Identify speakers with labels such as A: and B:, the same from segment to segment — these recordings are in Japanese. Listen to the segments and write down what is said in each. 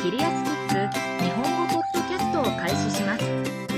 A: キリアスキッズ日本語ポッドキャストを開始します。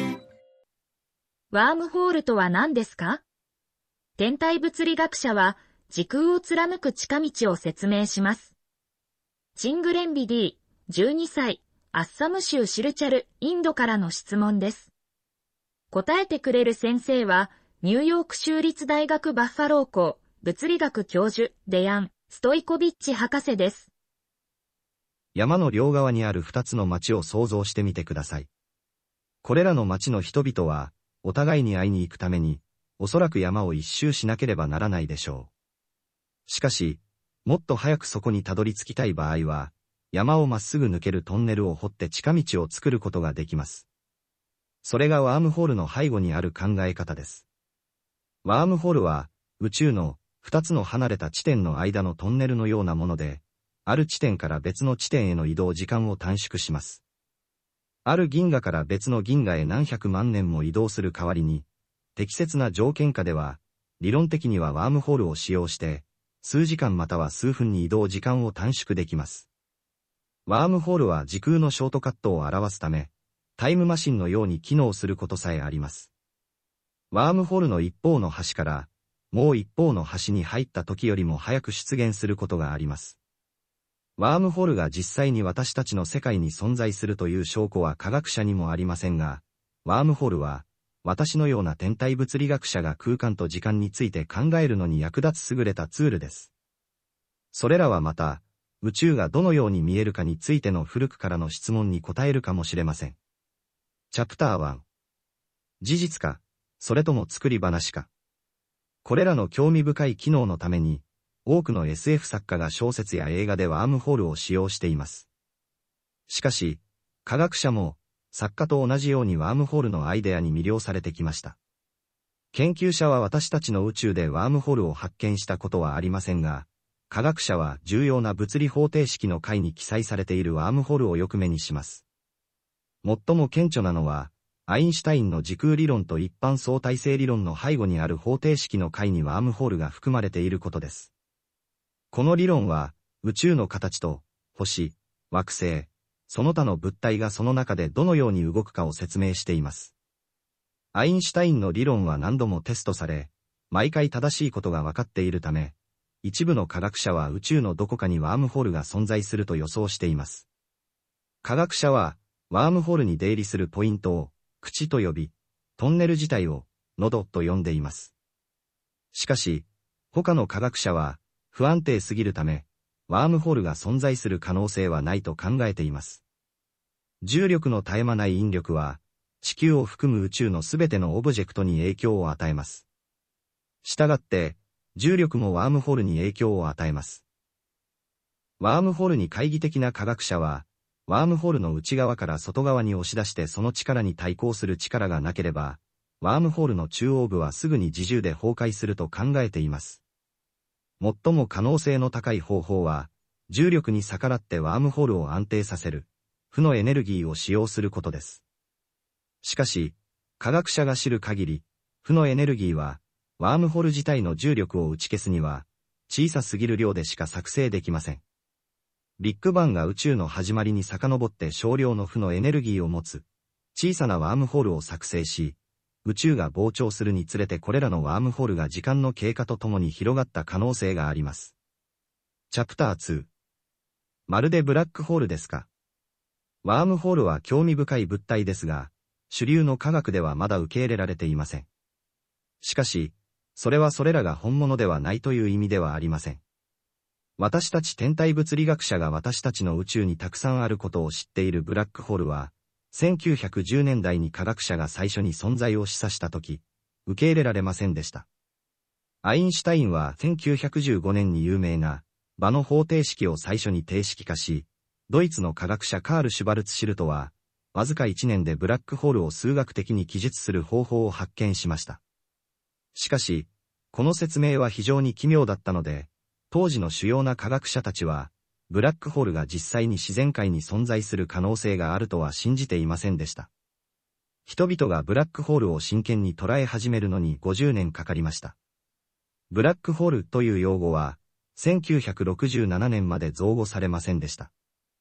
A: ワームホールとは何ですか？天体物理学者は時空を貫く近道を説明します。チングレンビディ、12歳、アッサム州シルチャル、インドからの質問です。答えてくれる先生は、ニューヨーク州立大学バッファロー校物理学教授デヤン・ストイコビッチ博士です。
B: 山の両側にある2つの町を想像してみてください。これらの町の人々は、お互いに会いに行くために、おそらく山を一周しなければならないでしょう。しかし、もっと早くそこにたどり着きたい場合は、山をまっすぐ抜けるトンネルを掘って近道を作ることができます。それがワームホールの背後にある考え方です。ワームホールは、宇宙の2つの離れた地点の間のトンネルのようなもので、ある地点から別の地点への移動時間を短縮します。ある銀河から別の銀河へ何百万年も移動する代わりに、適切な条件下では、理論的にはワームホールを使用して、数時間または数分に移動時間を短縮できます。ワームホールは時空のショートカットを表すため、タイムマシンのように機能することさえあります。ワームホールの一方の端から、もう一方の端に入った時よりも早く出現することがあります。ワームホールが実際に私たちの世界に存在するという証拠は科学者にもありませんが、ワームホールは、私のような天体物理学者が空間と時間について考えるのに役立つ優れたツールです。それらはまた、宇宙がどのように見えるかについての古くからの質問に答えるかもしれません。チャプター1。事実か、それとも作り話か。これらの興味深い機能のために、多くの SF 作家が小説や映画でワームホールを使用しています。しかし、科学者も、作家と同じようにワームホールのアイデアに魅了されてきました。研究者は私たちの宇宙でワームホールを発見したことはありませんが、科学者は重要な物理方程式の解に記載されているワームホールをよく目にします。最も顕著なのは、アインシュタインの時空理論と一般相対性理論の背後にある方程式の解にワームホールが含まれていることです。この理論は、宇宙の形と、星、惑星、その他の物体がその中でどのように動くかを説明しています。アインシュタインの理論は何度もテストされ、毎回正しいことが分かっているため、一部の科学者は宇宙のどこかにワームホールが存在すると予想しています。科学者は、ワームホールに出入りするポイントを、口と呼び、トンネル自体を、喉と呼んでいます。しかし、他の科学者は、不安定すぎるため、ワームホールが存在する可能性はないと考えています。重力の絶え間ない引力は、地球を含む宇宙のすべてのオブジェクトに影響を与えます。したがって、重力もワームホールに影響を与えます。ワームホールに懐疑的な科学者は、ワームホールの内側から外側に押し出してその力に対抗する力がなければ、ワームホールの中央部はすぐに自重で崩壊すると考えています。最も可能性の高い方法は、重力に逆らってワームホールを安定させる、負のエネルギーを使用することです。しかし、科学者が知る限り、負のエネルギーは、ワームホール自体の重力を打ち消すには、小さすぎる量でしか作成できません。ビッグバンが宇宙の始まりに遡って少量の負のエネルギーを持つ、小さなワームホールを作成し、宇宙が膨張するにつれてこれらのワームホールが時間の経過とともに広がった可能性があります。チャプター2。まるでブラックホールですか？ワームホールは興味深い物体ですが、主流の科学ではまだ受け入れられていません。しかし、それはそれらが本物ではないという意味ではありません。私たち天体物理学者が私たちの宇宙にたくさんあることを知っているブラックホールは、1910年代に科学者が最初に存在を示唆したとき、受け入れられませんでした。アインシュタインは1915年に有名な場の方程式を最初に定式化し、ドイツの科学者カール・シュバルツシルトは、わずか1年でブラックホールを数学的に記述する方法を発見しました。しかし、この説明は非常に奇妙だったので、当時の主要な科学者たちは、ブラックホールが実際に自然界に存在する可能性があるとは信じていませんでした。人々がブラックホールを真剣に捉え始めるのに50年かかりました。ブラックホールという用語は、1967年まで造語されませんでした。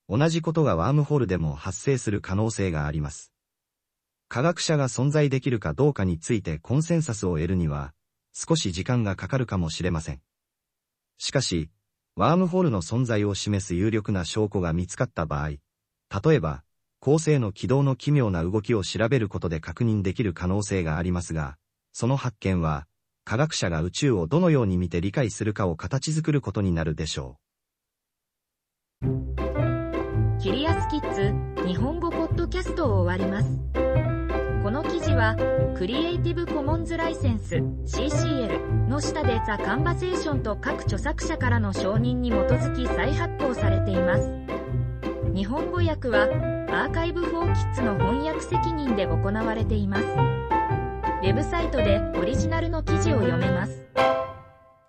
B: 同じことがワームホールでも発生する可能性があります。科学者が存在できるかどうかについてコンセンサスを得るには、少し時間がかかるかもしれません。しかし、ワームホールの存在を示す有力な証拠が見つかった場合、例えば、恒星の軌道の奇妙な動きを調べることで確認できる可能性がありますが、その発見は、科学者が宇宙をどのように見て理解するかを形作ることになるでしょ
A: う。キュリアスキッズ日本語ポッドキャストを終わります。この記事は、クリエイティブコモンズライセンス CCL の下でザ・カンバセーションと各著作者からの承認に基づき再発行されています。日本語訳は、アーカイブ・フォー・キッズの翻訳責任で行われています。ウェブサイトでオリジナルの記事を読めます。